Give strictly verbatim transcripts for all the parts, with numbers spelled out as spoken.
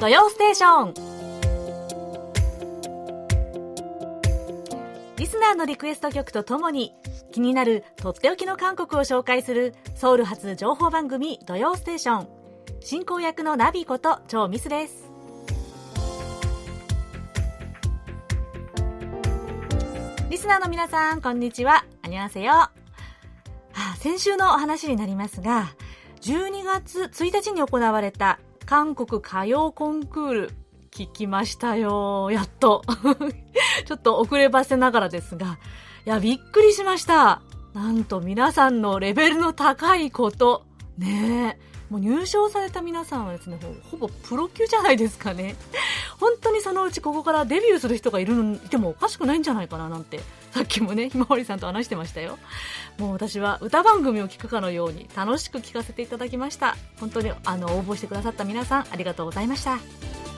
土曜ステーション。リスナーのリクエスト曲とともに気になるとっておきの韓国を紹介するソウル発情報番組土曜ステーション。進行役のナビことチョウミスです。リスナーの皆さん、こんにちは。アニョンハセヨ。はあ、先週のお話になりますが、じゅうにがつついたちに行われた韓国歌謡コンクール、聞きましたよ。やっと。ちょっと遅ればせながらですが、いや、びっくりしました。なんと皆さんのレベルの高いこと。ねえ。もう入賞された皆さんはですね、ほぼプロ級じゃないですかね。本当にそのうちここからデビューする人がいるのいてもおかしくないんじゃないかななんて、さっきもね、ひまわりさんと話してましたよ。もう私は歌番組を聞くかのように楽しく聞かせていただきました。本当にあの応募してくださった皆さん、ありがとうございました。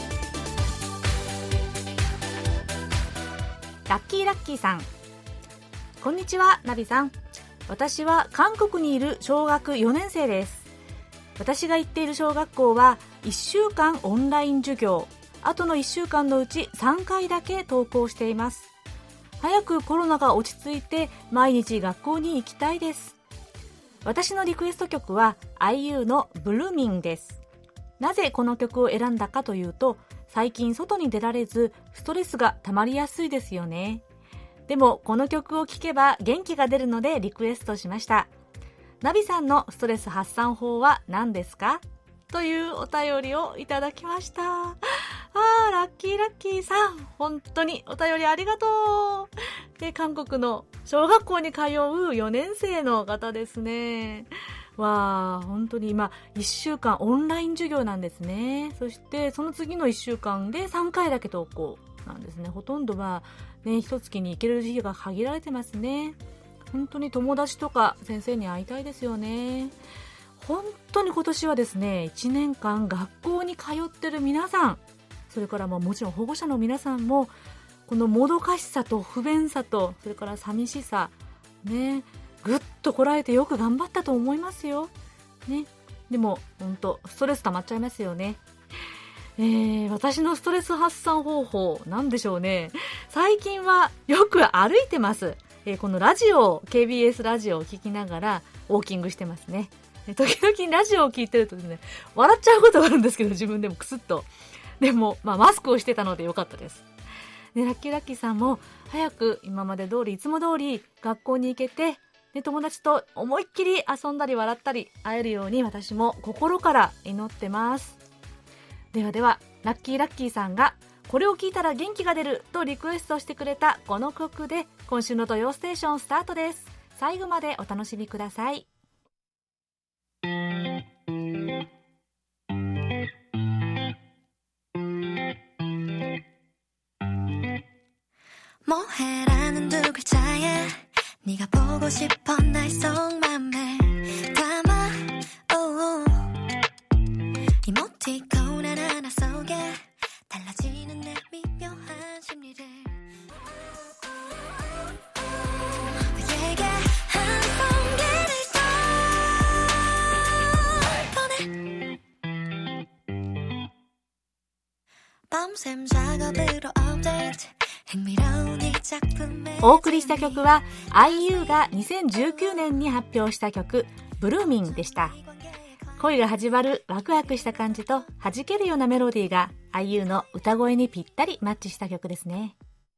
ラッキーラッキーさん、こんにちは。ナビさん、私は韓国にいる小学よねん生です。私が行っている小学校はいっしゅうかんオンライン授業、あとのいっしゅうかんのうちさんかいだけ登校しています。早くコロナが落ち着いて毎日学校に行きたいです。私のリクエスト曲は アイユー のブルーミンです。なぜこの曲を選んだかというと、最近外に出られずストレスが溜まりやすいですよね。でもこの曲を聴けば元気が出るのでリクエストしました。ナビさんのストレス発散法は何ですか？というお便りをいただきました。あー、ラッキーラッキーさん、本当にお便りありがとう。で、韓国の小学校に通うよねん生の方ですね。わー、本当に今いっしゅうかんオンライン授業なんですね。そしてその次のいっしゅうかんでさんかいだけ登校なんですね。ほとんどはね、一月に行ける日が限られてますね。本当に友達とか先生に会いたいですよね。本当に今年はですね、いちねんかん学校に通ってる皆さん、それからももちろん保護者の皆さんも、このもどかしさと不便さと、それから寂しさね、ぐっとこらえてよく頑張ったと思いますよね。でも本当ストレス溜まっちゃいますよね。えー、私のストレス発散方法なんでしょうね。最近はよく歩いてます。えー、このラジオ ケービーエス ラジオを聞きながらウォーキングしてますね。時々ラジオを聞いてるとですね、笑っちゃうことがあるんですけど、自分でもクスッと。でも、まあ、マスクをしてたのでよかったです。で、ラッキーラッキーさんも早く今まで通りいつも通り学校に行けて、で友達と思いっきり遊んだり笑ったり会えるように私も心から祈ってます。ではでは、ラッキーラッキーさんがこれを聞いたら元気が出るとリクエストしてくれたこの曲で今週の土曜ステーションスタートです。最後までお楽しみください。 뭐해라는 두 글자에 네가 보고 싶어 날 속맘에 담아 이모티콘 하나하나 속에 달라지는 내 미묘한 심리를 너에게 한 송이를 더 보내 밤샘 작업으로 업데이트 흥미로운 이 작품에 お送りした曲は アイユー がにせんじゅうきゅうねんに発表した曲ブルーミンでした。恋が始まるワクワクした感じと弾けるようなメロディーが アイユー の歌声にぴったりマッチした曲ですね。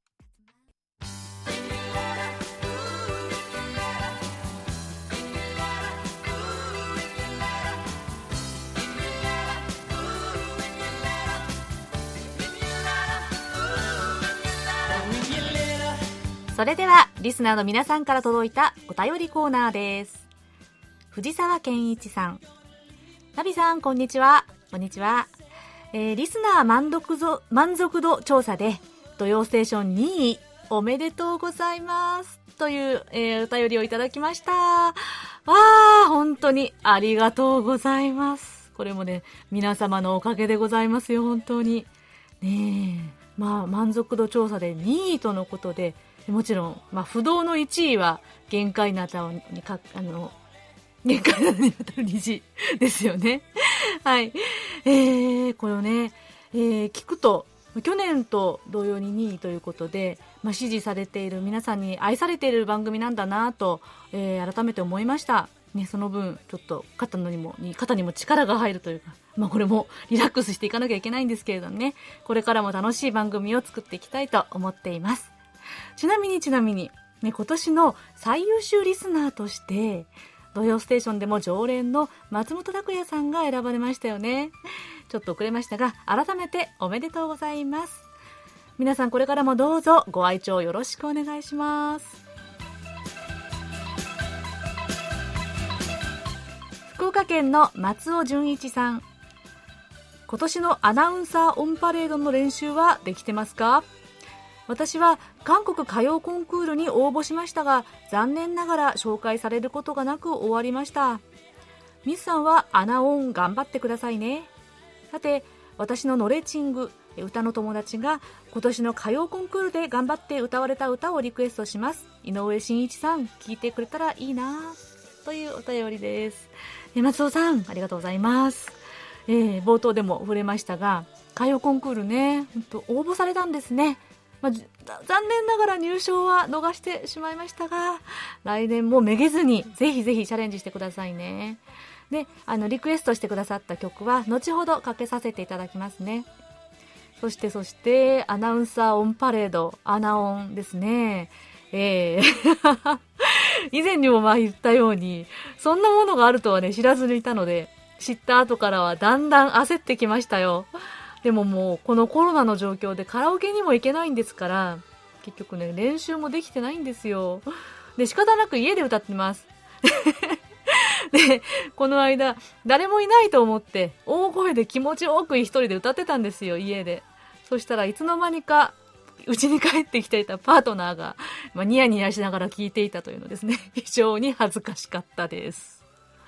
それではリスナーの皆さんから届いたお便りコーナーです。藤沢健一さん、ナビさん、こんにちは。こんにちは。えー、リスナー満足度、満足度調査で土曜ステーションにいおめでとうございますという、えー、お便りをいただきました。わー、本当にありがとうございます。これもね、皆様のおかげでございますよ、本当にねえ。まあ満足度調査でにいとのことで、もちろん、まあ、不動のいちいは限界なたにかあの限界なたにあたる虹ですよね。はい。えー、これをね、 えー、聞くと去年と同様ににいということで、まあ、支持されている皆さんに愛されている番組なんだなと、えー、改めて思いました、ね、その分ちょっと肩にも肩にも力が入るというか、まあ、これもリラックスしていかなきゃいけないんですけれどもね、これからも楽しい番組を作っていきたいと思っています。ちなみにちなみに、ね、今年の最優秀リスナーとして土曜ステーションでも常連の松本拓也さんが選ばれましたよね。ちょっと遅れましたが改めておめでとうございます。皆さんこれからもどうぞご愛聴よろしくお願いします。福岡県の松尾純一さん、今年のアナウンサーオンパレードの練習はできてますか？私は韓国歌謡コンクールに応募しましたが残念ながら紹介されることがなく終わりました。ミスさんはアナオン頑張ってくださいね。さて、私のノレチング歌の友達が今年の歌謡コンクールで頑張って歌われた歌をリクエストします。井上真一さん聞いてくれたらいいなというお便りです。松尾さんありがとうございます。えー、冒頭でも触れましたが歌謡コンクールね、本当応募されたんですね。まあ、残念ながら入賞は逃してしまいましたが来年もめげずにぜひぜひチャレンジしてくださいね。で、あのリクエストしてくださった曲は後ほどかけさせていただきますね。そしてそしてアナウンサーオンパレード、アナオンですね。えー、以前にもまあ言ったようにそんなものがあるとはね知らずにいたので、知った後からはだんだん焦ってきましたよ。でももうこのコロナの状況でカラオケにも行けないんですから結局ね練習もできてないんですよ。で仕方なく家で歌ってますでこの間誰もいないと思って大声で気持ちよく一人で歌ってたんですよ、家で。そしたらいつの間にか家に帰ってきていたパートナーが、まあ、ニヤニヤしながら聴いていたというのですね、非常に恥ずかしかったです。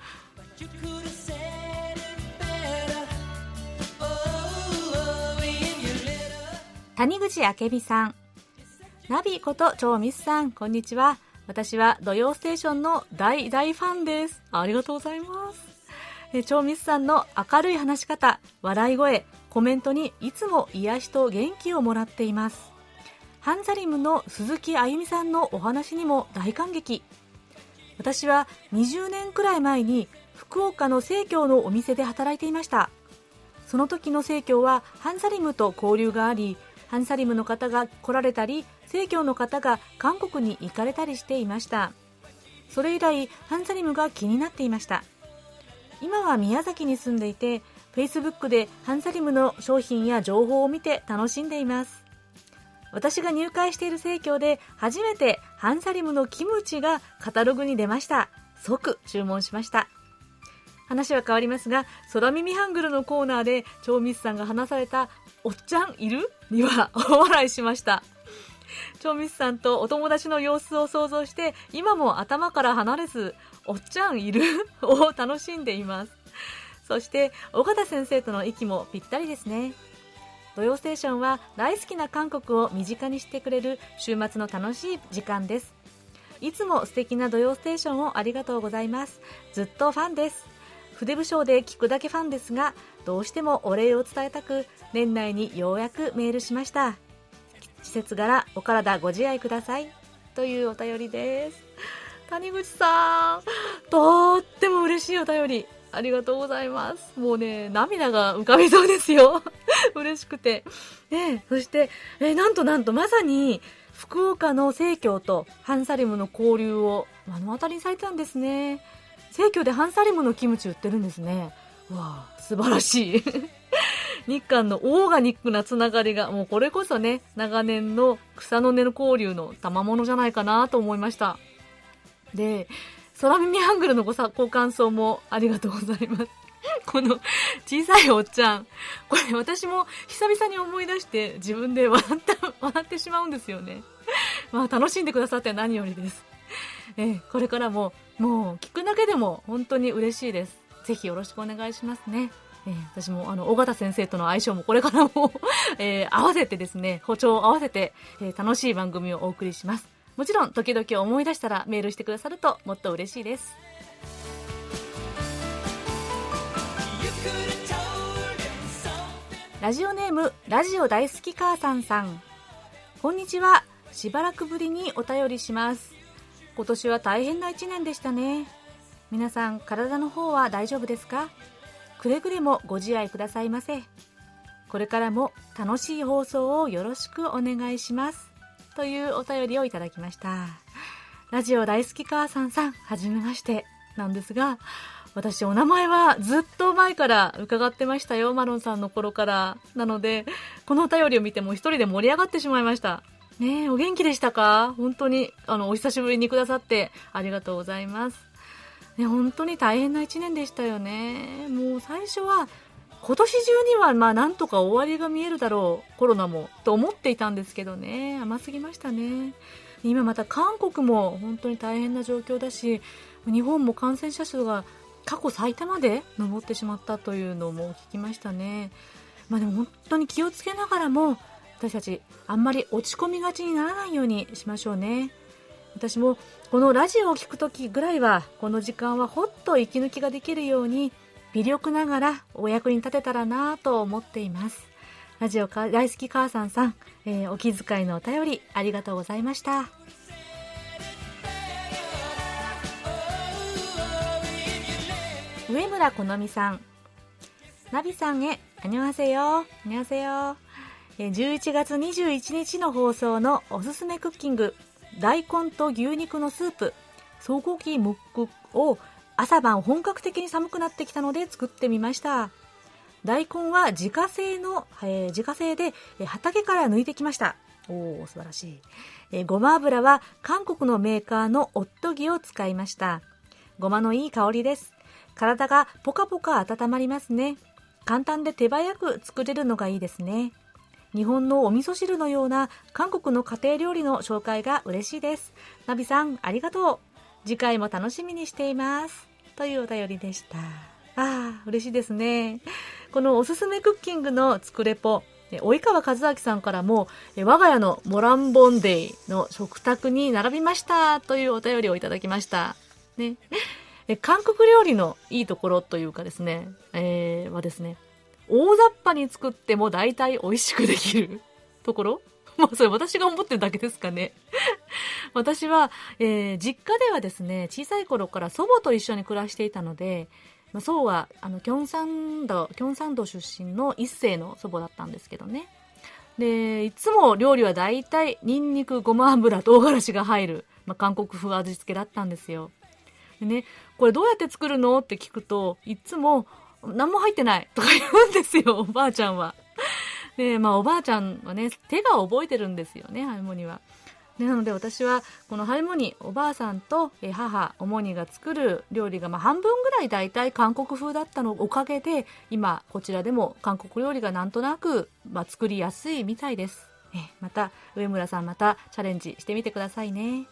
谷口明美さん、ナビこと超ミスさん、こんにちは。私は土曜ステーションの大大ファンです。ありがとうございます。え超ミスさんの明るい話し方、笑い声、コメントにいつも癒しと元気をもらっています。ハンザリムの鈴木あゆみさんのお話にも大感激。私はにじゅうねんくらい前に福岡の生協のお店で働いていました。その時の生協はハンザリムと交流があり、ハンサリムの方が来られたり生協の方が韓国に行かれたりしていました。それ以来ハンサリムが気になっていました。今は宮崎に住んでいて Facebook でハンサリムの商品や情報を見て楽しんでいます。私が入会している生協で初めてハンサリムのキムチがカタログに出ました。即注文しました。話は変わりますが、空耳ハングルのコーナーで超ミスさんが話されたおっちゃんいるには大笑いしました。超ミスさんとお友達の様子を想像して今も頭から離れずおっちゃんいるを楽しんでいます。そして尾形先生との息もぴったりですね。土曜ステーションは大好きな韓国を身近にしてくれる週末の楽しい時間です。いつも素敵な土曜ステーションをありがとうございます。ずっとファンです。筆不詳で聞くだけファンですが、どうしてもお礼を伝えたく年内にようやくメールしました。季節柄お体ご自愛くださいというお便りです。谷口さん、とっても嬉しいお便りありがとうございます。もうね涙が浮かびそうですよ嬉しくて、ね、そして、えー、なんとなんとまさに福岡の生協とハンサリムの交流を目の当たりにされたんですね。生協でハンサリムのキムチ売ってるんですね。わあ、素晴らしい日韓のオーガニックなつながりが、もうこれこそね長年の草の根の交流の賜物じゃないかなと思いました。で、空耳ハングルのごさご感想もありがとうございますこの小さいおっちゃん、これ私も久々に思い出して自分で笑った笑ってしまうんですよね。まあ楽しんでくださって何よりです。えー、これからももう聞くだけでも本当に嬉しいです。ぜひよろしくお願いしますね。えー、私もあの尾形先生との相性もこれからも、えー、合わせてですね、歩調を合わせて、えー、楽しい番組をお送りします。もちろん時々思い出したらメールしてくださるともっと嬉しいです。 ラジオネームラジオ大好き母さんさん、こんにちは。しばらくぶりにお便りします。今年は大変な一年でしたね。皆さん体の方は大丈夫ですか？くれぐれもご自愛くださいませ。これからも楽しい放送をよろしくお願いします、というお便りをいただきました。ラジオ大好き母さんさん、はじめましてなんですが、私お名前はずっと前から伺ってましたよ。マロンさんの頃から。なのでこのお便りを見ても一人で盛り上がってしまいましたね。えお元気でしたか？本当にあのお久しぶりにくださってありがとうございます、ね、本当に大変な一年でしたよね。もう最初は今年中にはまあなんとか終わりが見えるだろう、コロナもと思っていたんですけどね、甘すぎましたね。今また韓国も本当に大変な状況だし、日本も感染者数が過去最多まで上ってしまったというのも聞きましたね。まあでも本当に気をつけながらも私たちあんまり落ち込みがちにならないようにしましょうね。私もこのラジオを聞くときぐらいはこの時間はほっと息抜きができるように微力ながらお役に立てたらなと思っています。ラジオ大好き母さんさん、えー、お気遣いのお便りありがとうございました。上村好美さん、ナビさんへアニョハセヨアニョハセヨ。じゅういちがつにじゅういちにちの放送のおすすめクッキング、大根と牛肉のスープソゴギムックを朝晩本格的に寒くなってきたので作ってみました。大根は自家製の、えー、自家製で畑から抜いてきました。おー素晴らしい、えー、ごま油は韓国のメーカーのオットギを使いました。ごまのいい香りです。体がポカポカ温まりますね。簡単で手早く作れるのがいいですね。日本のお味噌汁のような韓国の家庭料理の紹介が嬉しいです。ナビさんありがとう。次回も楽しみにしています、というお便りでした。あー嬉しいですね。このおすすめクッキングの作レポ、及川和明さんからも我が家のモランボンデイの食卓に並びましたというお便りをいただきました、ね、韓国料理のいいところというかですね、えー、はですね、大雑把に作っても大体美味しくできるところ。まあそれ私が思ってるだけですかね。私は、えー、実家ではですね、小さい頃から祖母と一緒に暮らしていたので、まあ、祖母はあのキョンサンドキョンサンド出身の一世の祖母だったんですけどね。でいつも料理は大体ニンニク、ごま油、唐辛子が入る、まあ、韓国風味付けだったんですよ。でね、これどうやって作るのって聞くといつも何も入ってないとか言うんですよ、おばあちゃんは。で、まあおばあちゃんはね、手が覚えてるんですよね、ハルモニは。でなので私はこのハルモニ、おばあさんとえ母、おもにが作る料理がまあ半分ぐらい大体韓国風だったのおかげで、今こちらでも韓国料理がなんとなく、まあ、作りやすいみたいです。えまた上村さんまたチャレンジしてみてくださいね。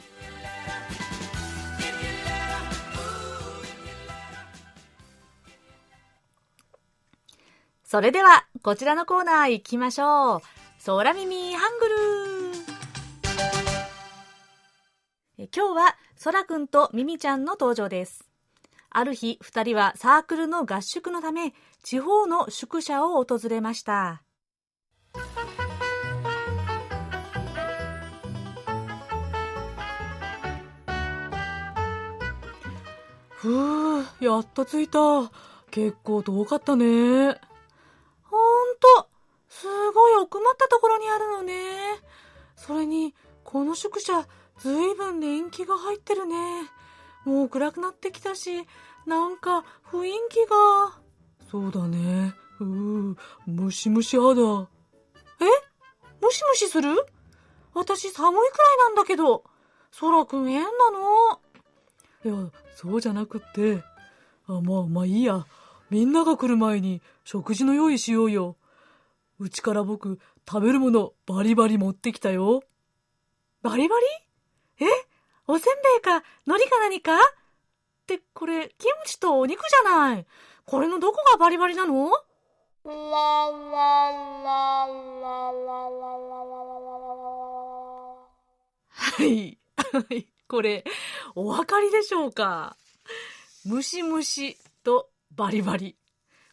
それではこちらのコーナー行きましょう。空耳ハングル。え今日はそらくんとみみちゃんの登場です。ある日ふたりはサークルの合宿のため地方の宿舎を訪れました。ふう、やっと着いた。結構遠かったね。ほんと、すごい奥まったところにあるのね。それに、この宿舎、ずいぶん年季が入ってるね。もう暗くなってきたし、なんか雰囲気が。そうだね。うー、ムシムシ肌。え？ムシムシする？私寒いくらいなんだけど。そらくん変なの？いや、そうじゃなくって。あ、まあまあいいや。みんなが来る前に食事の用意しようよ。うちから僕、食べるものバリバリ持ってきたよ。バリバリ？え？おせんべいか海苔か何か？って、これ、キムチとお肉じゃない。これのどこがバリバリなの？はい。これ、お分かりでしょうか？ムシムシとバリバリ。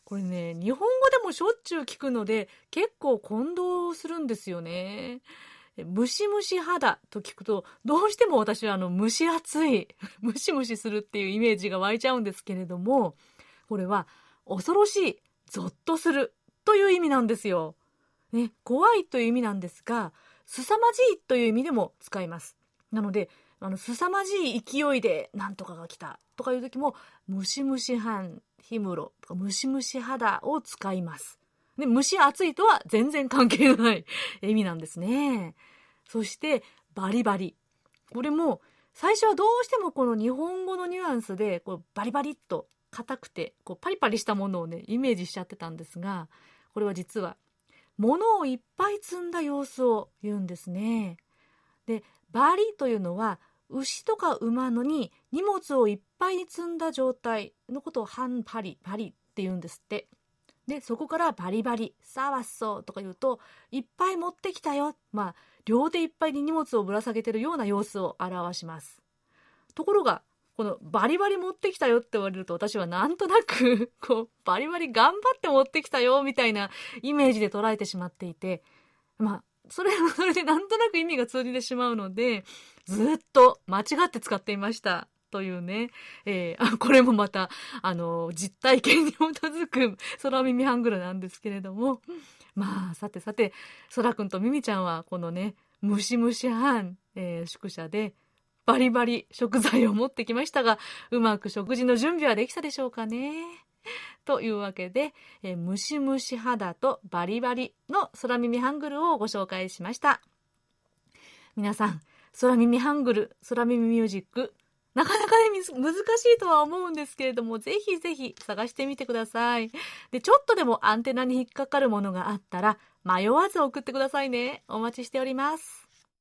これね、日本語でもしょっちゅう聞くので結構混同するんですよね。ムシムシ肌と聞くとどうしても私はあの蒸し暑いムシムシするっていうイメージが湧いちゃうんですけれども、これは恐ろしい、ゾッとするという意味なんですよ、ね、怖いという意味なんですが、凄まじいという意味でも使います。なのであの凄まじい勢いでなんとかが来たとかいう時もムシムシ汗ヒムロとかムシムシ肌を使います。で、蒸し暑いとは全然関係ない意味なんですね。そしてバリバリ、これも最初はどうしてもこの日本語のニュアンスでこうバリバリっと硬くてこうパリパリしたものをねイメージしちゃってたんですが、これは実は物をいっぱい積んだ様子を言うんですね。で、バリというのは牛とか馬のに荷物をいっぱいに積んだ状態のことを半パリパリって言うんですって。で、そこからバリバリサワッソとか言うといっぱい持ってきたよ、まあ両手いっぱいに荷物をぶら下げてるような様子を表します。ところがこのバリバリ持ってきたよって言われると私はなんとなくこうバリバリ頑張って持ってきたよみたいなイメージで捉えてしまっていて、まあそれはそれでなんとなく意味が通じてしまうのでずっと間違って使っていましたというね、えー、あこれもまたあの実体験に基づく空耳ハングルなんですけれども、まあさてさて空くんとミミちゃんはこのねムシムシ班、えー、宿舎でバリバリ食材を持ってきましたが、うまく食事の準備はできたでしょうかね。というわけで、えー、ムシムシ肌とバリバリの空耳ハングルをご紹介しました。皆さん、空耳ハングル、空耳ミュージック、なかなかね難しいとは思うんですけれども、ぜひぜひ探してみてください。で、ちょっとでもアンテナに引っかかるものがあったら迷わず送ってくださいね。お待ちしております。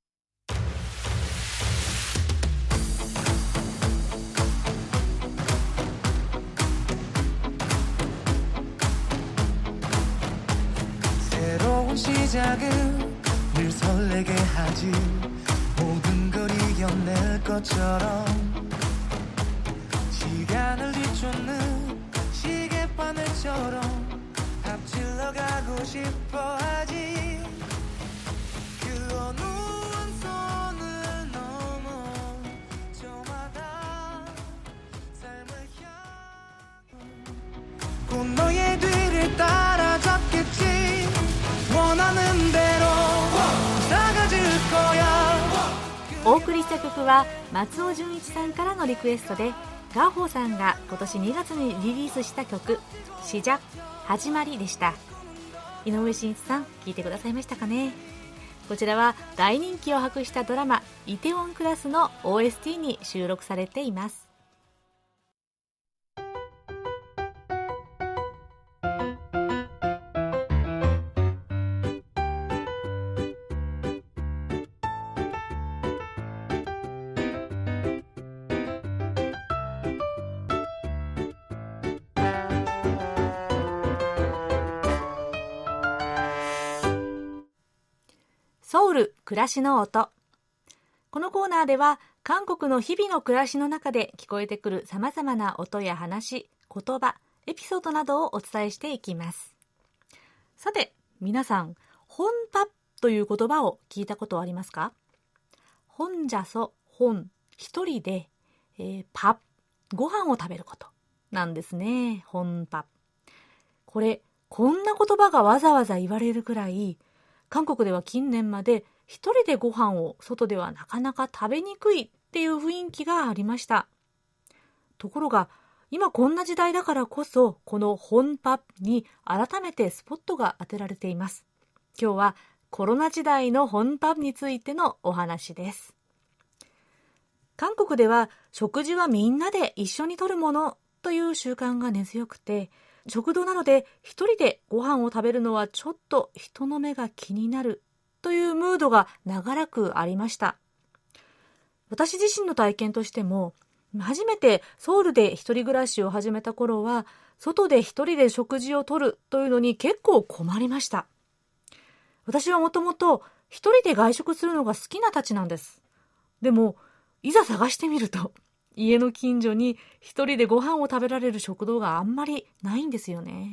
늘 설레게 하지 모든 걸 이겨낼 것처럼 시간을 뒤쫓는 시계바늘처럼 앞질러 가고 싶어 하지 그 어느 한 선을 넘어 저마다 삶을 향 곧 너의 뒤를 따라잡겠지 원하는 대로 나가질 거야。 お送りした曲は松尾純一さんからのリクエストで、ガーホーさんが今年にがつにリリースした曲シジャ始まりでした。井上真一さん聞いてくださいましたかね。こちらは大人気を博したドラマイテウォンクラスの オーエスティー に収録されています。ソウル暮らしの音。このコーナーでは韓国の日々の暮らしの中で聞こえてくるさまざまな音や話、言葉、エピソードなどをお伝えしていきます。さて皆さん、ホンパという言葉を聞いたことはありますか？ホンジャソ、ホン、一人で、えー、パ、ご飯を食べることなんですね。ホンパ。これ、こんな言葉がわざわざ言われるくらい韓国では近年まで一人でご飯を外ではなかなか食べにくいっていう雰囲気がありました。ところが今こんな時代だからこそ、このホンパに改めてスポットが当てられています。今日はコロナ時代のホンパについてのお話です。韓国では食事はみんなで一緒にとるものという習慣が根強くて、食堂などで一人でご飯を食べるのはちょっと人の目が気になるというムードが長らくありました。私自身の体験としても、初めてソウルで一人暮らしを始めた頃は、外で一人で食事をとるというのに結構困りました。私はもともと一人で外食するのが好きなたちなんです。でもいざ探してみると、家の近所に一人でご飯を食べられる食堂があんまりないんですよね。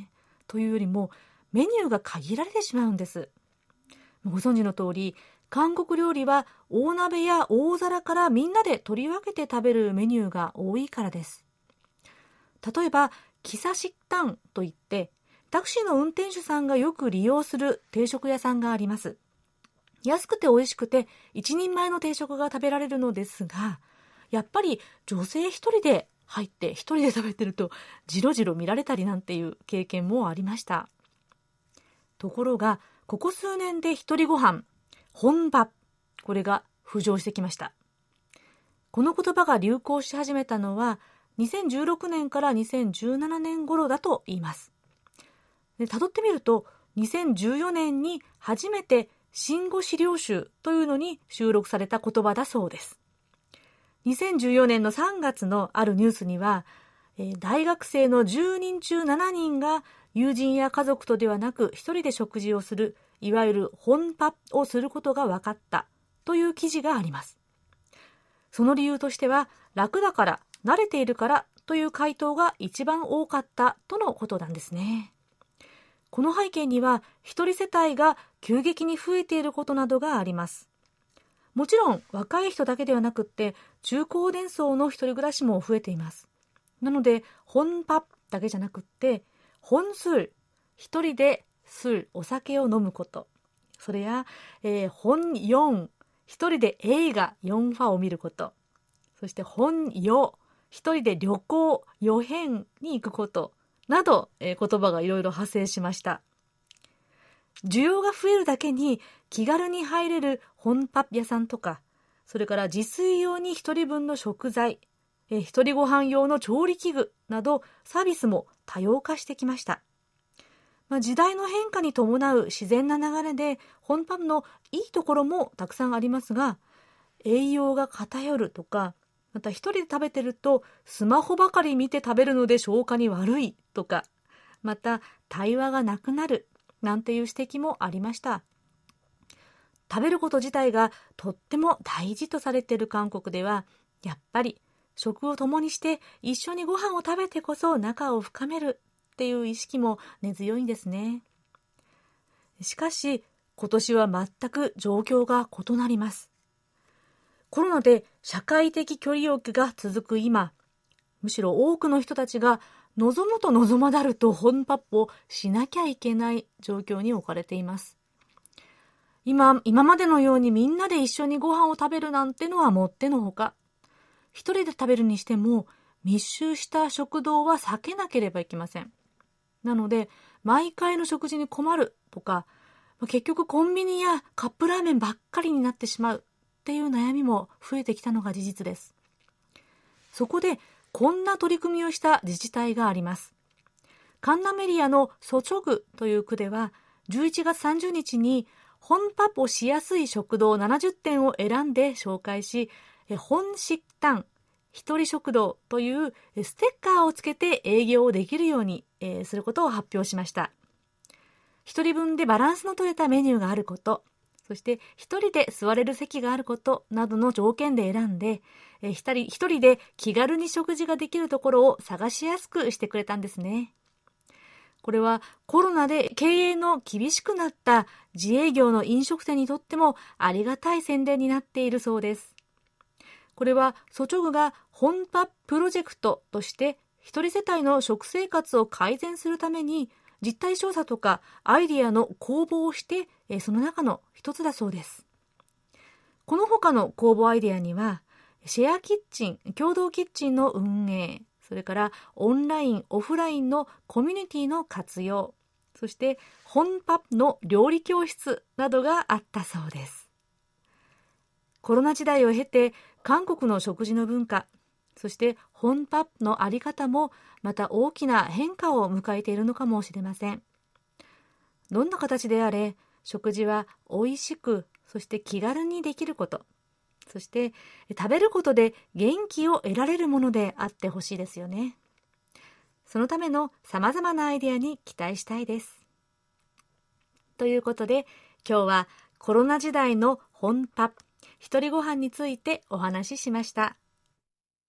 というよりもメニューが限られてしまうんです。ご存知の通り、韓国料理は大鍋や大皿からみんなで取り分けて食べるメニューが多いからです。例えばキサシッタンといってタクシーの運転手さんがよく利用する定食屋さんがあります。安くて美味しくて一人前の定食が食べられるのですが、やっぱり女性一人で入って一人で食べてるとじろじろ見られたりなんていう経験もありました。ところがここ数年で一人ご飯、本場、これが浮上してきました。この言葉が流行し始めたのはにせんじゅうろくねんからにせんじゅうななねん頃だと言います。で、辿ってみるとにせんじゅうよねんに初めて新語資料集というのに収録された言葉だそうです。にせんじゅうよねんのさんがつのあるニュースには、えー、大学生のじゅうにんちゅうななにんが友人や家族とではなく一人で食事をする、いわゆる本パをすることが分かったという記事があります。その理由としては、楽だから、慣れているからという回答が一番多かったとのことなんですね。この背景には一人世帯が急激に増えていることなどがあります。もちろん若い人だけではなくって中高年層の一人暮らしも増えています。なので本パだけじゃなくって本数、一人で数お酒を飲むこと、それや、えー、本四、一人で映画よんファを見ること、そして本よ、一人で旅行よ編に行くことなど、えー、言葉がいろいろ派生しました。需要が増えるだけに気軽に入れる本パ屋さんとか、それから自炊用に一人分の食材、えー、一人ご飯用の調理器具などサービスも多様化してきました。まあ、時代の変化に伴う自然な流れで本パのいいところもたくさんありますが、栄養が偏るとか、また一人で食べてるとスマホばかり見て食べるので消化に悪いとか、また対話がなくなるなんていう指摘もありました。食べること自体がとっても大事とされている韓国では、やっぱり食を共にして一緒にご飯を食べてこそ仲を深めるっていう意識も根強いんですね。しかし今年は全く状況が異なります。コロナで社会的距離欲が続く今、むしろ多くの人たちが望むと望まざると本パをしなきゃいけない状況に置かれています。今、今までのようにみんなで一緒にご飯を食べるなんてのはもってのほか、一人で食べるにしても密集した食堂は避けなければいけません。なので毎回の食事に困るとか、結局コンビニやカップラーメンばっかりになってしまうっていう悩みも増えてきたのが事実です。そこでこんな取り組みをした自治体があります。カンナメリアのソチョグという区ではじゅういちがつさんじゅうにちに本パをしやすい食堂ななじゅってんを選んで紹介し、本食堂、一人食堂というステッカーをつけて営業をできるようにすることを発表しました。一人分でバランスの取れたメニューがあること、そして一人で座れる席があることなどの条件で選んで、一人一人で気軽に食事ができるところを探しやすくしてくれたんですね。これはコロナで経営の厳しくなった自営業の飲食店にとってもありがたい宣伝になっているそうです。これはソチョグが本パプロジェクトとして一人世帯の食生活を改善するために実態調査とかアイディアの公募をしてその中の一つだそうです。この他の公募アイディアにはシェアキッチン、共同キッチンの運営、それからオンライン、オフラインのコミュニティの活用、そして本パの料理教室などがあったそうです。コロナ時代を経て韓国の食事の文化、そして本パのあり方もまた大きな変化を迎えているのかもしれません。どんな形であれ、食事は美味しく、そして気軽にできること、そして食べることで元気を得られるものであってほしいですよね。そのための様々なアイデアに期待したいです。ということで今日はコロナ時代の本パ、一人ご飯についてお話ししました。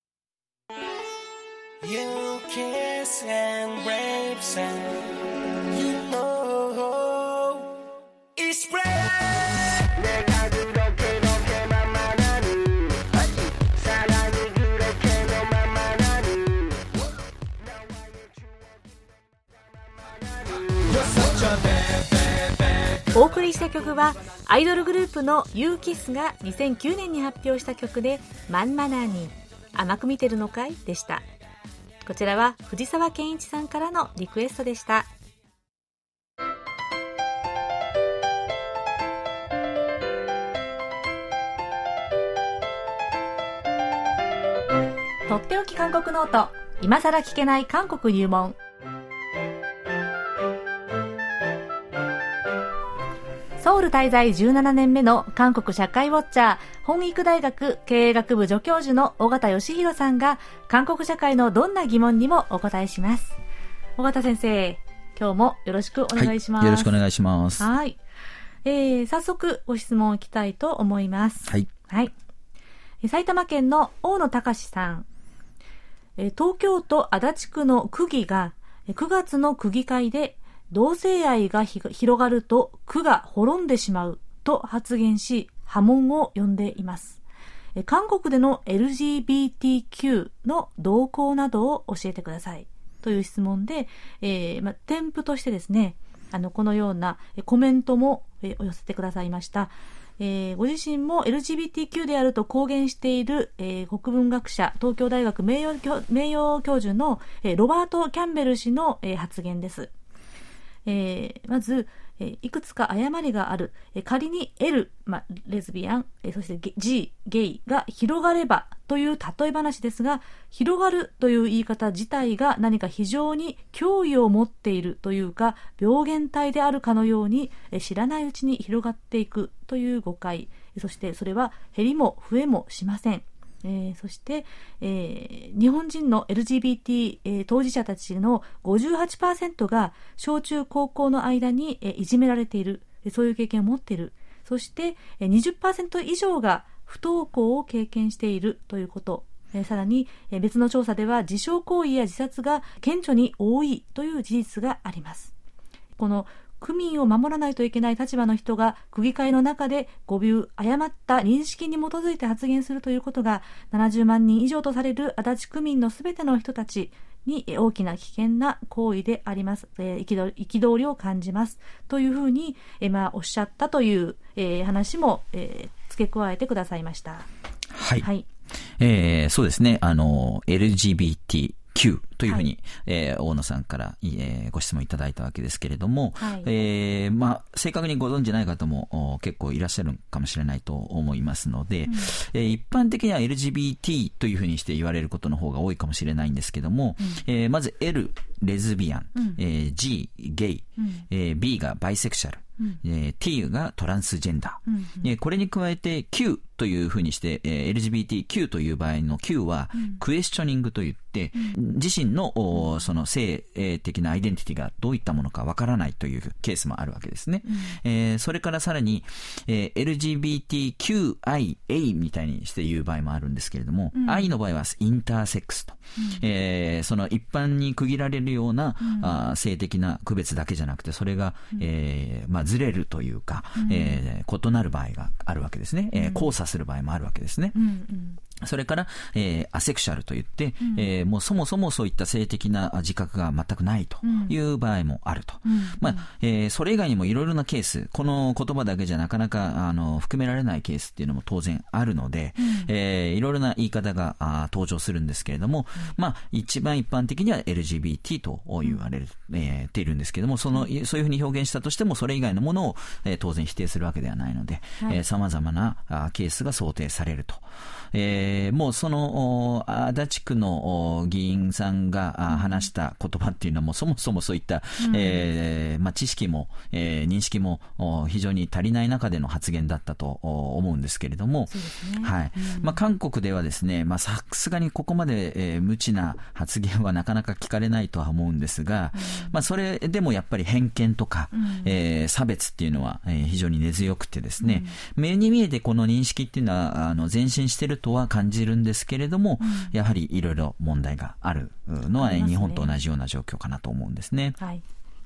You kiss and rape and You know it's real 내가 그렇게 너게 만만하니 사랑이 그렇게 너만 만하니 You're such a bad bad bad お送りした曲はアイドルグループの ユーキス がにせんきゅうねんに発表した曲でまんまなーに甘く見てるのかいでした。こちらは藤沢健一さんからのリクエストでした。とっておき韓国ノート、今さら聞けない韓国入門。ソウル滞在じゅうななねんめの韓国社会ウォッチャー、本育大学経営学部助教授の尾形義弘さんが韓国社会のどんな疑問にもお答えします。尾形先生、今日もよろしくお願いします。 はい、よろしくお願いします。 はい。えー、早速ご質問いきたいと思います。 はい。 はい。埼玉県の大野隆さん。東京都足立区の区議がくがつの区議会で同性愛が広がると区が滅んでしまうと発言し波紋を呼んでいます。韓国での エルジービーティーキュー の動向などを教えてくださいという質問で、えーま、添付としてですね、あのこのようなコメントもお寄せてくださいました。えー、ご自身も エルジービーティーキュー であると公言している、えー、国文学者、東京大学名誉教、名誉教授の、えー、ロバート・キャンベル氏の、えー、発言です。えー、まず、えー、いくつか誤りがある。えー、仮に L、まあ、レズビアン、えー、そして G、ゲイが広がればという例え話ですが、広がるという言い方自体が何か非常に脅威を持っているというか、病原体であるかのように、えー、知らないうちに広がっていくという誤解。そしてそれは減りも増えもしません。えー、そして、えー、日本人の エルジービーティー、えー、当事者たちの ごじゅうはちパーセント が小中高校の間に、えー、いじめられている、そういう経験を持っている。そして、えー、にじゅっパーセント 以上が不登校を経験しているということ。えー、さらに、えー、別の調査では自傷行為や自殺が顕著に多いという事実があります。この区民を守らないといけない立場の人が区議会の中で誤謬、誤った認識に基づいて発言するということがななじゅうまんにん以上とされる足立区民のすべての人たちに大きな危険な行為であります。えー、憤りを感じますというふうに、えーまあ、おっしゃったという、えー、話も、えー、付け加えてくださいました。 はい。 はい。 えー、そうですね。あの エルジービーティーキュー というふうに、はい、えー、大野さんから、えー、ご質問いただいたわけですけれども、はい、えー、まあ、正確にご存じない方も結構いらっしゃるかもしれないと思いますので、うん、えー、一般的には エルジービーティー というふうにして言われることの方が多いかもしれないんですけども、うん、えー、まず L、レズビアン、うん、えー、G、ゲイ、うん、えー、B がバイセクシャル、うん、えー、T がトランスジェンダー、うんうん、えー、これに加えて Q というふうにして、えー、エルジービーティーキュー という場合の Q は、うん、クエスチョニングといって、うん、自身のその性的なアイデンティティがどういったものかわからないというケースもあるわけですね。うん、えー、それからさらに、えー、エルジービーティーキューアイエー みたいにして言う場合もあるんですけれども、うん、I の場合はインターセックスと、うん、えー、その一般に区切られるような、うん、あ性的な区別だけじゃなくて、それが、うん、えーまあ、ずれるというか、うん、えー、異なる場合があるわけですね。えー、交差する場合もあるわけですね。うんうん、それから、えー、アセクシャルといって、うん、えー、もうそもそもそういった性的な自覚が全くないという場合もあると。うん、まあ、えー、それ以外にもいろいろなケース、この言葉だけじゃなかなかあの含められないケースっていうのも当然あるので、うん、えー、いろいろな言い方があ登場するんですけれども、うん、まあ、一番一般的には エルジービーティー と言われる、うん、えー、ているんですけれども、その、そういうふうに表現したとしても、それ以外のものを、えー、当然否定するわけではないので、はい、えー、様々なあケースが想定されると。えー、もうその足立区の議員さんが話した言葉っていうのはもうそもそもそういった、うん、えーまあ、知識も、えー、認識も非常に足りない中での発言だったと思うんですけれども、 そうですね、 はい、うん、まあ、韓国ではですね、まあ、さすがにここまで、えー、無知な発言はなかなか聞かれないとは思うんですが、うん、まあ、それでもやっぱり偏見とか、うん、えー、差別っていうのは、えー、非常に根強くてですね、うん、目に見えてこの認識っていうのはあの前進してるとは感じるんですけれども、うん、やはりいろいろ問題があるのは、ね、日本と同じような状況かなと思うんですね。 はい。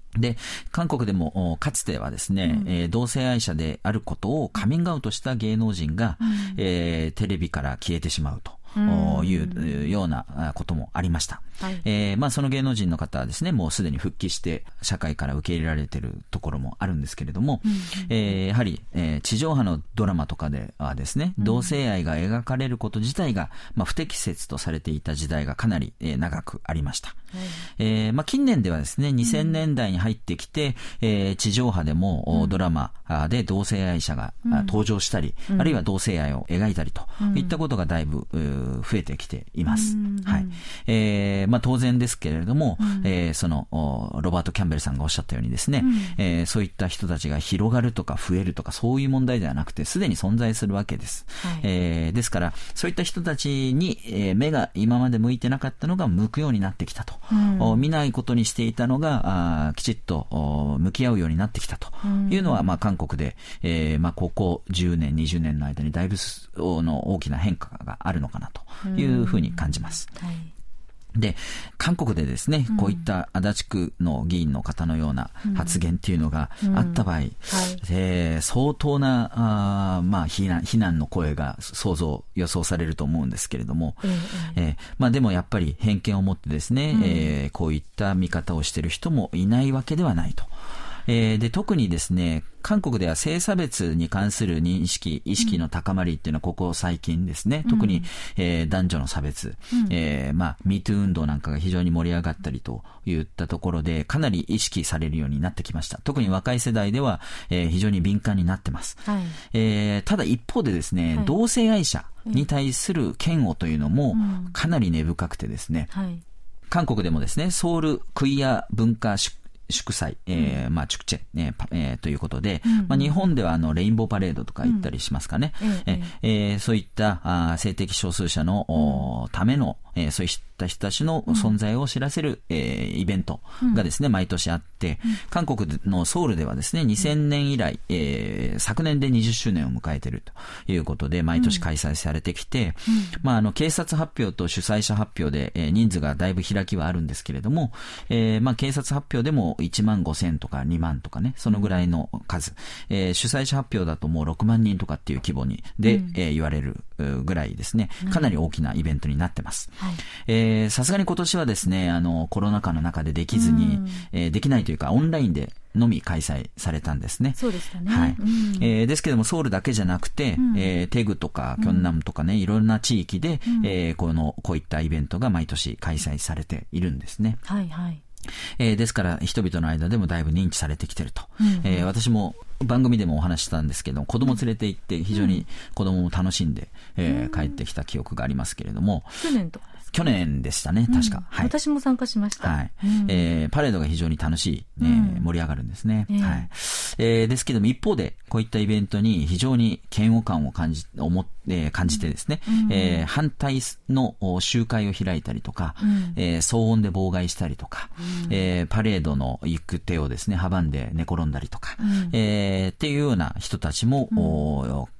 で、韓国でもかつてはですね、うん、えー、同性愛者であることをカミングアウトした芸能人が、うん、えー、テレビから消えてしまうというようなこともありました。はい、えー、まあその芸能人の方はですね、もうすでに復帰して社会から受け入れられているところもあるんですけれども、うん、えー、やはり、えー、地上波のドラマとかではですね、うん、同性愛が描かれること自体が、まあ、不適切とされていた時代がかなり、えー、長くありました。はい、えー、まあ近年ではですね、にせんねんだいに入ってきて、うん、えー、地上波でも、うん、ドラマで同性愛者が、うん、登場したり、うん、あるいは同性愛を描いたりといったことがだいぶ、増えてきています。うん、はい。えー、まあ当然ですけれども、うん、えー、そのロバート・キャンベルさんがおっしゃったようにですね、うん、えー、そういった人たちが広がるとか増えるとかそういう問題ではなくてすでに存在するわけです。はい、えー、ですからそういった人たちに、えー、目が今まで向いてなかったのが向くようになってきたと、うん、見ないことにしていたのがあきちっと向き合うようになってきたというのは、うん、まあ韓国で、えー、まあここじゅうねんにじゅうねんの間にだいぶの大きな変化があるのかなというふうに感じます。はい、で、韓国でですね、うん、こういった足立区の議員の方のような発言っていうのがあった場合、うん、はい、えー、相当なあ、まあ、非難、非難の声が想像、予想されると思うんですけれども、うん、えー、まあでもやっぱり偏見を持ってですね、うん、えー、こういった見方をしている人もいないわけではないと。えー、で、特にですね、韓国では性差別に関する認識、意識の高まりっていうのはここ最近ですね、うん、特に、えー、男女の差別、うん、えー、まあ、ミートゥー 運動なんかが非常に盛り上がったりといったところで、かなり意識されるようになってきました。特に若い世代では、えー、非常に敏感になってます。はい、えー、ただ一方でですね、はい、同性愛者に対する嫌悪というのもかなり根深くてですね、はい、韓国でもですね、ソウルクイア文化祝祭、えー、まあ、チュクチェ、えーえー、ということで、うん、まあ、日本ではあの、レインボーパレードとか行ったりしますかね。うん、ええー、そういったあ性的少数者の、うん、ための、えー、そういった人たちの存在を知らせる、うん、えー、イベントがですね、うん、毎年あって、うん、韓国のソウルではですね、にせんねん以来、えー、昨年でにじゅっしゅうねんを迎えているということで、毎年開催されてきて、うん、まあ、あの、警察発表と主催者発表で、えー、人数がだいぶ開きはあるんですけれども、えー、まあ、警察発表でもいちまんごせんとかにまんとかね、そのぐらいの数、えー、主催者発表だともうろくまんにんとかっていう規模にで、うん、えー、言われるぐらいですね、かなり大きなイベントになってます。はい、えー、さすがに今年はですね、あのコロナ禍の中でできずに、うん、えー、できないというかオンラインでのみ開催されたんですね。 そうでしたね。 はい。 うん、 えー、ですけどもソウルだけじゃなくて、うん、えー、テグとかキョンナムとかね、いろんな地域で、うん、えー、このこういったイベントが毎年開催されているんですね。 はいはい。 えー、ですから人々の間でもだいぶ認知されてきていると、うんうん、えー、私も番組でもお話ししたんですけども、子供連れて行って非常に子供も楽しんで、うん、えー、帰ってきた記憶がありますけれども、 去年とかですか？ 去年でしたね、確か。うん、 はい、私も参加しました。 はい、うん、えー、パレードが非常に楽しい、えーうん、盛り上がるんですね。えー、はい、えー、ですけども一方でこういったイベントに非常に嫌悪感を感じ、思って、えー、感じてですね、うん、えー、反対の集会を開いたりとか、うん、えー、騒音で妨害したりとか、うん、えー、パレードの行く手をですね阻んで寝転んだりとか、うん、えー、っていうような人たちも、うん、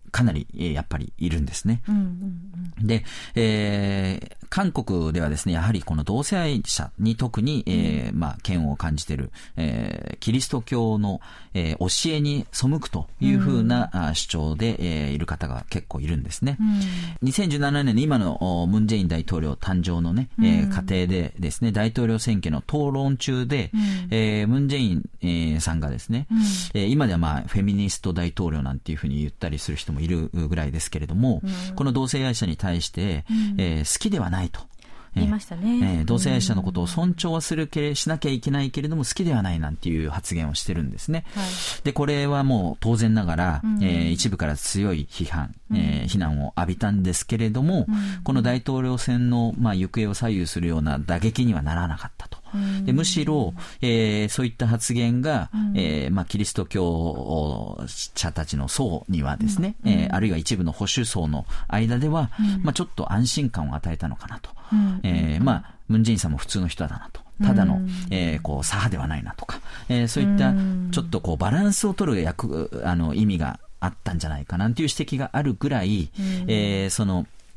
かなり、えー、やっぱりいるんですね。うんうんうん、で、えー、韓国ではですね、やはりこの同性愛者に特に、えー、まあ、嫌悪を感じている、えー、キリスト教の、えー、教えに背くというふうな、うん、主張で、えー、いる方が結構いるんですね。うん、にせんじゅうななねんの今のムン・ジェイン大統領誕生のね、えー、過程でですね、大統領選挙の討論中で、うん、えー、ムン・ジェイン、えー、さんがですね、うん、えー、今ではまあ、フェミニスト大統領なんていうふうに言ったりする人もいるぐらいですけれども、うん、この同性愛者に対して、うん、えー、好きではないと。 言いましたね。 えー、同性愛者のことを尊重はするけれ、しなきゃいけないけれども好きではないなんていう発言をしてるんですね。はい、で、これはもう当然ながら、うん、えー、一部から強い批判、えー、非難を浴びたんですけれども、うん、この大統領選の、まあ、行方を左右するような打撃にはならなかったと。でむしろ、えー、そういった発言が、うん、えーまあ、キリスト教者たちの層にはですね、うん、えー、あるいは一部の保守層の間では、うん、まあ、ちょっと安心感を与えたのかなと、うん、えー、まあ、ムン・ジェインさんも普通の人だなと、ただの、うん、えー、こう左派ではないなとか、えー、そういったちょっとこうバランスを取る役あの意味があったんじゃないかなという指摘があるぐらい、うん、えー、その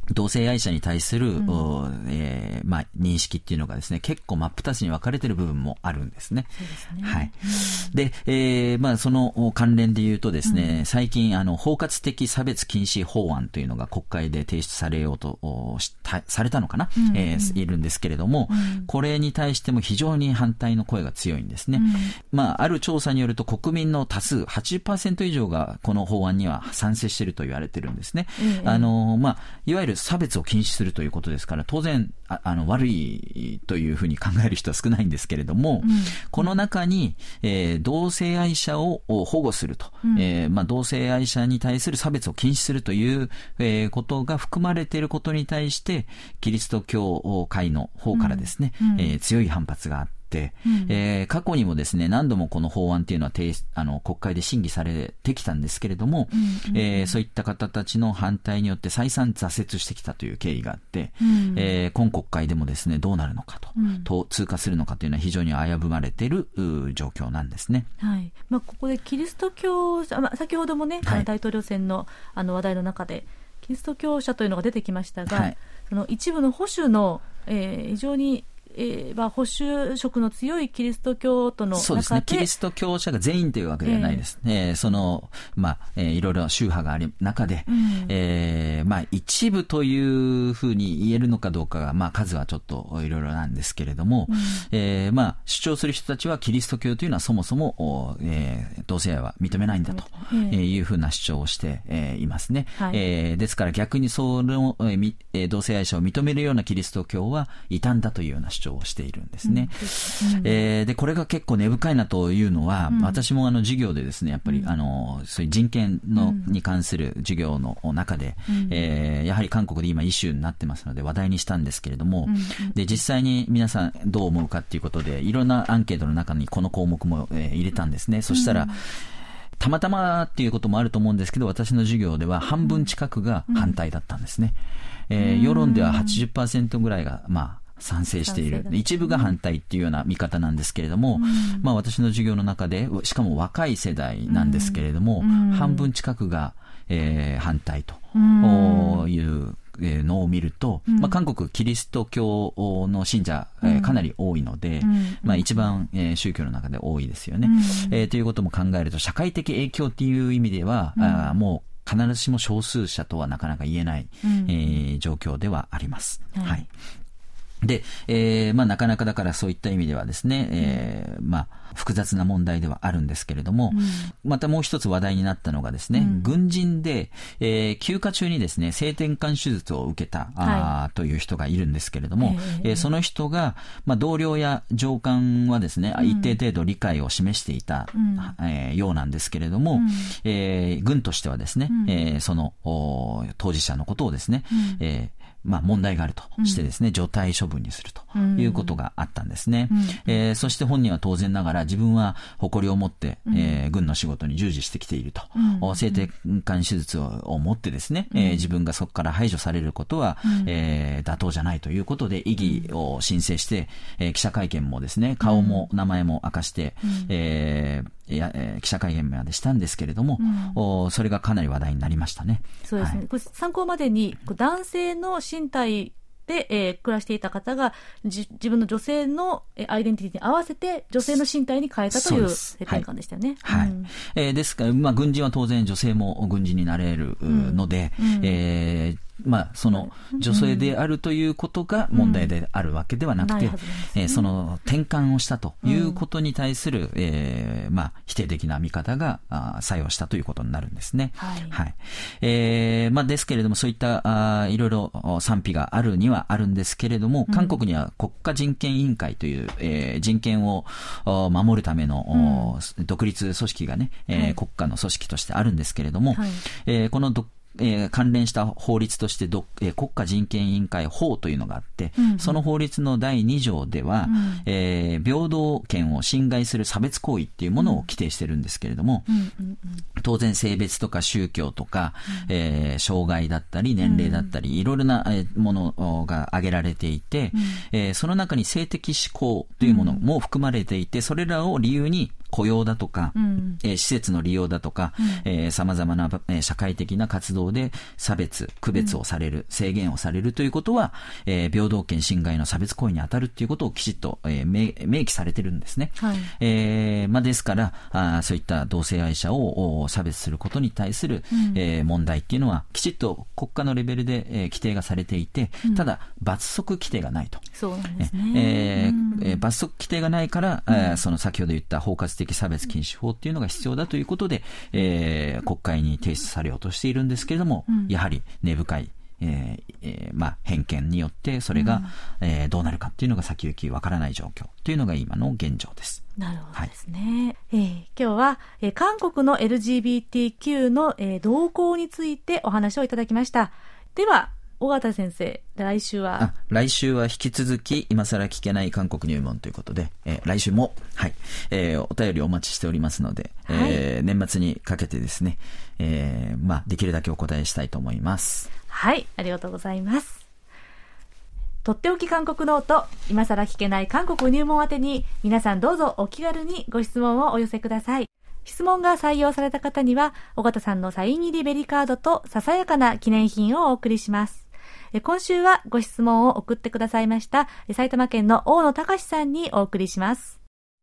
同性愛者に対する、うんえーまあ、認識っていうのがですね、結構真っ二つに分かれてる部分もあるんですね。 そうですね。 はい。うん、で、えー、まあ、その関連で言うとですね、うん、最近、あの、包括的差別禁止法案というのが国会で提出されようとした、されたのかな、うんえー、いるんですけれども、うん、これに対しても非常に反対の声が強いんですね。うん、まあ、ある調査によると国民の多数、はちじゅっパーセント以上がこの法案には賛成していると言われてるんですね。うん、あの、まあ、いわゆる差別を禁止するということですから、当然、あ, あの悪いというふうに考える人は少ないんですけれども、うん、この中に、えー、同性愛者を保護すると、うんえーまあ、同性愛者に対する差別を禁止するという、えー、ことが含まれていることに対して、キリスト教会の方からですね、うんうんえー、強い反発があって、うんえー、過去にもですね何度もこの法案っていうのは提あの国会で審議されてきたんですけれども、うんうんえー、そういった方たちの反対によって再三挫折してきたという経緯があって、うんえー、今国会でもですねどうなるのかと、うん、と通過するのかというのは非常に危ぶまれている状況なんですね。 はいまあ、ここでキリスト教、まあ、先ほどもね、はい、大統領選 の, あの話題の中でキリスト教者というのが出てきましたが、はい、その一部の保守の、えー、非常にえーまあ、保守色の強いキリスト教徒の中でそうですね、キリスト教者が全員というわけではないです、えーえー、その、まあえー、いろいろ宗派がある中で、うんえーまあ、一部というふうに言えるのかどうかが、まあ、数はちょっといろいろなんですけれども、うんえーまあ、主張する人たちはキリスト教というのはそもそも、えー、同性愛は認めないんだというふうな主張をして、えー、いますね、はいえー、ですから逆にその、えー、同性愛者を認めるようなキリスト教は異端だというような主張をしているんですね、うんえー、でこれが結構根深いなというのは、うん、私もあの授業でですねやっぱり、うん、あのそういう人権の、うん、に関する授業の中で、うんえー、やはり韓国で今イシューになってますので話題にしたんですけれども、うん、で実際に皆さんどう思うかということでいろんなアンケートの中にこの項目も、えー、入れたんですね。そしたら、うんたまたまっていうこともあると思うんですけど私の授業では半分近くが反対だったんですね、うんえー、世論では はちじゅっパーセント ぐらいがまあ賛成している一部が反対っていうような見方なんですけれども、うんまあ、私の授業の中でしかも若い世代なんですけれども、うん、半分近くが、えー、反対というのを見ると、うんまあ、韓国キリスト教の信者、うんえー、かなり多いので、うんまあ、一番、えー、宗教の中で多いですよね、うんえー、ということも考えると社会的影響っていう意味では、うん、あもう必ずしも少数者とはなかなか言えない、うんえー、状況ではあります、はいはいで、えー、まあなかなかだからそういった意味ではですね、えー、まあ複雑な問題ではあるんですけれども、うん、またもう一つ話題になったのがですね、うん、軍人で、えー、休暇中にですね、性転換手術を受けた、はい、という人がいるんですけれども、えーえー、その人が、まあ同僚や上官はですね、うん、一定程度理解を示していた、うんえー、ようなんですけれども、うんえー、軍としてはですね、うんえー、その当事者のことをですね、うんえーまあ問題があるとしてですね、うん、除隊処分にするということがあったんですね、うんえー、そして本人は当然ながら自分は誇りを持って、うんえー、軍の仕事に従事してきていると、うん、性転換手術を持ってですね、うんえー、自分がそこから排除されることは、うんえー、妥当じゃないということで異議を申請して、えー、記者会見もですね顔も名前も明かして、うんえーいやえー、記者会見までしたんですけれども、うん、おそれがかなり話題になりましたね。 そうですね、はい、これ参考までに男性の身体で、えー、暮らしていた方がじ自分の女性のアイデンティティに合わせて女性の身体に変えたという性転換でしたよね。 はい、うんはいえー、ですから、まあ、軍人は当然女性も軍人になれるので、うんうんえーまあ、その女性であるということが問題であるわけではなくて、うんうんえー、その転換をしたということに対する、うんえーまあ、否定的な見方があ作用したということになるんですね。はいはいえーまあ、ですけれどもそういったあいろいろ賛否があるにはあるんですけれども、韓国には国家人権委員会という、えー、人権を守るための、うん、独立組織がね、えーはい、国家の組織としてあるんですけれども、はいえー、この独えー、関連した法律としてど、えー、国家人権委員会法というのがあって、うんうん、その法律のだいに条では、うんえー、平等権を侵害する差別行為っていうものを規定してるんですけれども、うんうんうん、当然性別とか宗教とか、うんえー、障害だったり年齢だったり、うん、いろいろなものが挙げられていて、うんえー、その中に性的指向というものも含まれていて、それらを理由に雇用だとか、 うんえー施設の利用だとか、うんえー、様々な、えー、社会的な活動で差別、区別をされる、うん、制限をされるということは、えー、平等権侵害の差別行為に当たるということをきちっと、えー、明, 明記されてるんですね。はいえーまあ、ですからあ、そういった同性愛者を差別することに対する、うんえー、問題っていうのはきちっと国家のレベルで、えー、規定がされていて、うん、ただ罰則規定がないと。 そうなんですね。 えーうんえー、罰則規定がないから、うんえー、その先ほど言った包括的差別禁止法っていうのが必要だということで、えー、国会に提出されようとしているんですけれども、うん、やはり根深いえーえーまあ、偏見によってそれが、うんえー、どうなるかっていうのが先行きわからない状況というのが今の現状です。 なるほどですね。はいえー、今日は、えー、韓国の エルジービーティーキュー の、えー、動向についてお話をいただきました。では尾形先生、来週はあ来週は引き続き今更聞けない韓国入門ということで、えー、来週も、はいえー、お便りお待ちしておりますので、はいえー、年末にかけてですね、えーまあ、できるだけお答えしたいと思います。 はい、ありがとうございます。とっておき韓国ノート、今更聞けない韓国入門宛てに皆さんどうぞお気軽にご質問をお寄せください。質問が採用された方には尾形さんのサイン入りベリーカードとささやかな記念品をお送りします。今週はご質問を送ってくださいました埼玉県の大野隆さんにお送りします。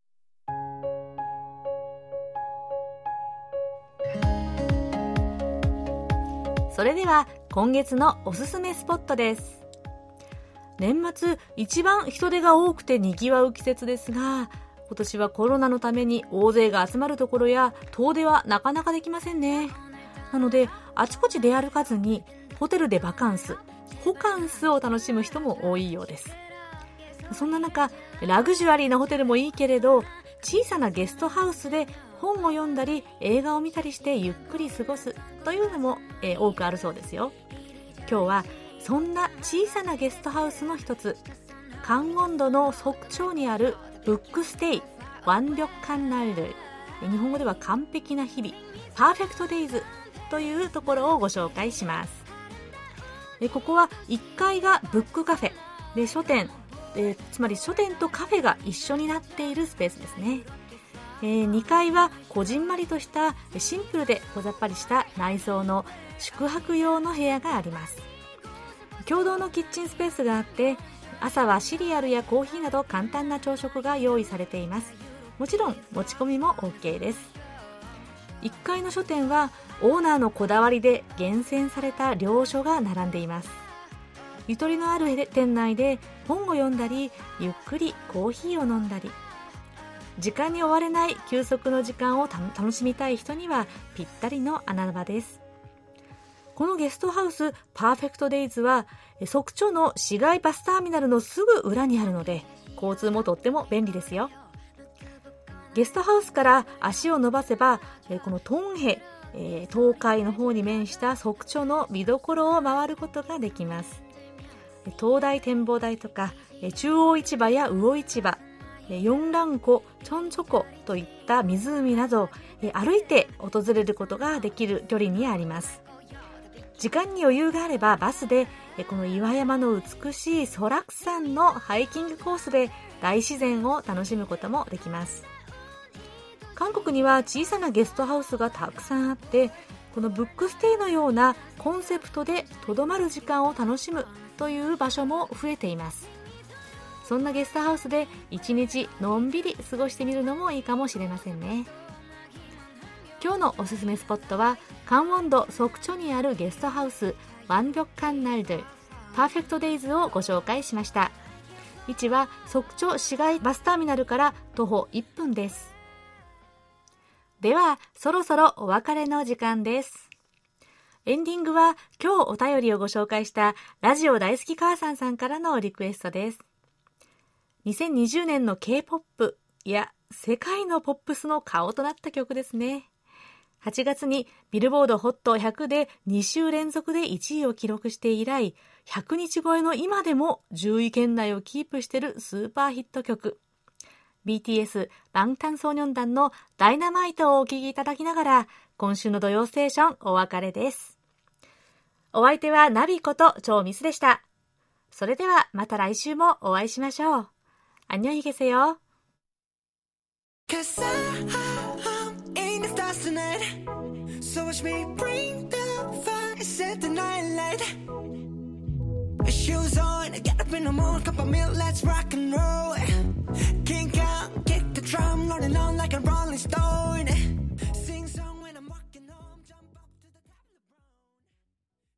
それでは今月のおすすめスポットです。年末一番人手が多くて賑わう季節ですが、今年はコロナのために大勢が集まるところや遠出はなかなかできませんね。なのであちこち出歩かずにホテルでバカンス、ホカンスを楽しむ人も多いようです。そんな中、ラグジュアリーなホテルもいいけれど、小さなゲストハウスで本を読んだり映画を見たりしてゆっくり過ごすというのも、えー、多くあるそうですよ。今日はそんな小さなゲストハウスの一つ、カンウォンドのソクチョにあるブックステイワンリョッカンナルル、日本語では完璧な日々、パーフェクトデイズというところをご紹介します。えここはいっかいがブックカフェで、書店、えー、つまり書店とカフェが一緒になっているスペースですね。えー、にかいはこじんまりとしたシンプルで小ざっぱりした内装の宿泊用の部屋があります。共同のキッチンスペースがあって、朝はシリアルやコーヒーなど簡単な朝食が用意されています。もちろん持ち込みも OK です。いっかいの書店はオーナーのこだわりで厳選された良書が並んでいます。ゆとりのある店内で本を読んだり、ゆっくりコーヒーを飲んだり、時間に追われない休息の時間を楽しみたい人にはぴったりの穴場です。このゲストハウスパーフェクトデイズはソクチョの市街バスターミナルのすぐ裏にあるので、交通もとっても便利ですよ。ゲストハウスから足を伸ばせば、このトンヘ、東海の方に面したソクチョの見どころを回ることができます。東大展望台とか中央市場や魚市場、四蘭湖、チョンチョ湖といった湖など、歩いて訪れることができる距離にあります。時間に余裕があればバスでこの岩山の美しいソラク山のハイキングコースで大自然を楽しむこともできます。韓国には小さなゲストハウスがたくさんあって、このブックステイのようなコンセプトでとどまる時間を楽しむという場所も増えています。そんなゲストハウスで一日のんびり過ごしてみるのもいいかもしれませんね。今日のおすすめスポットはカンウォンドソクチョにあるゲストハウスワンリョッカンナルドパーフェクトデイズをご紹介しました。位置はソクチョ市街バスターミナルから徒歩いっぷんです。ではそろそろお別れの時間です。エンディングは今日お便りをご紹介したラジオ大好き母さんさんからのリクエストです。にせんにじゅうねんの K-ポップ や世界のポップスの顔となった曲ですね。はちがつにビルボード ホットひゃく でに週連続でいちいを記録して以来、ひゃくにち超えの今でもじゅうい圏内をキープしているスーパーヒット曲。ビーティーエス バンタンソーニョン団のダイナマイトをお聴きいただきながら、今週の土曜ステーションお別れです。お相手はナビことチョウミスでした。それではまた来週もお会いしましょう。안녕히 계세요。 'Cause I dance tonight. So watch me bring the fire, set the night light. Shoes on, get up in the morning, cup of milk, let's rock and roll. Kink out, kick the drum, rolling on like a rolling stone.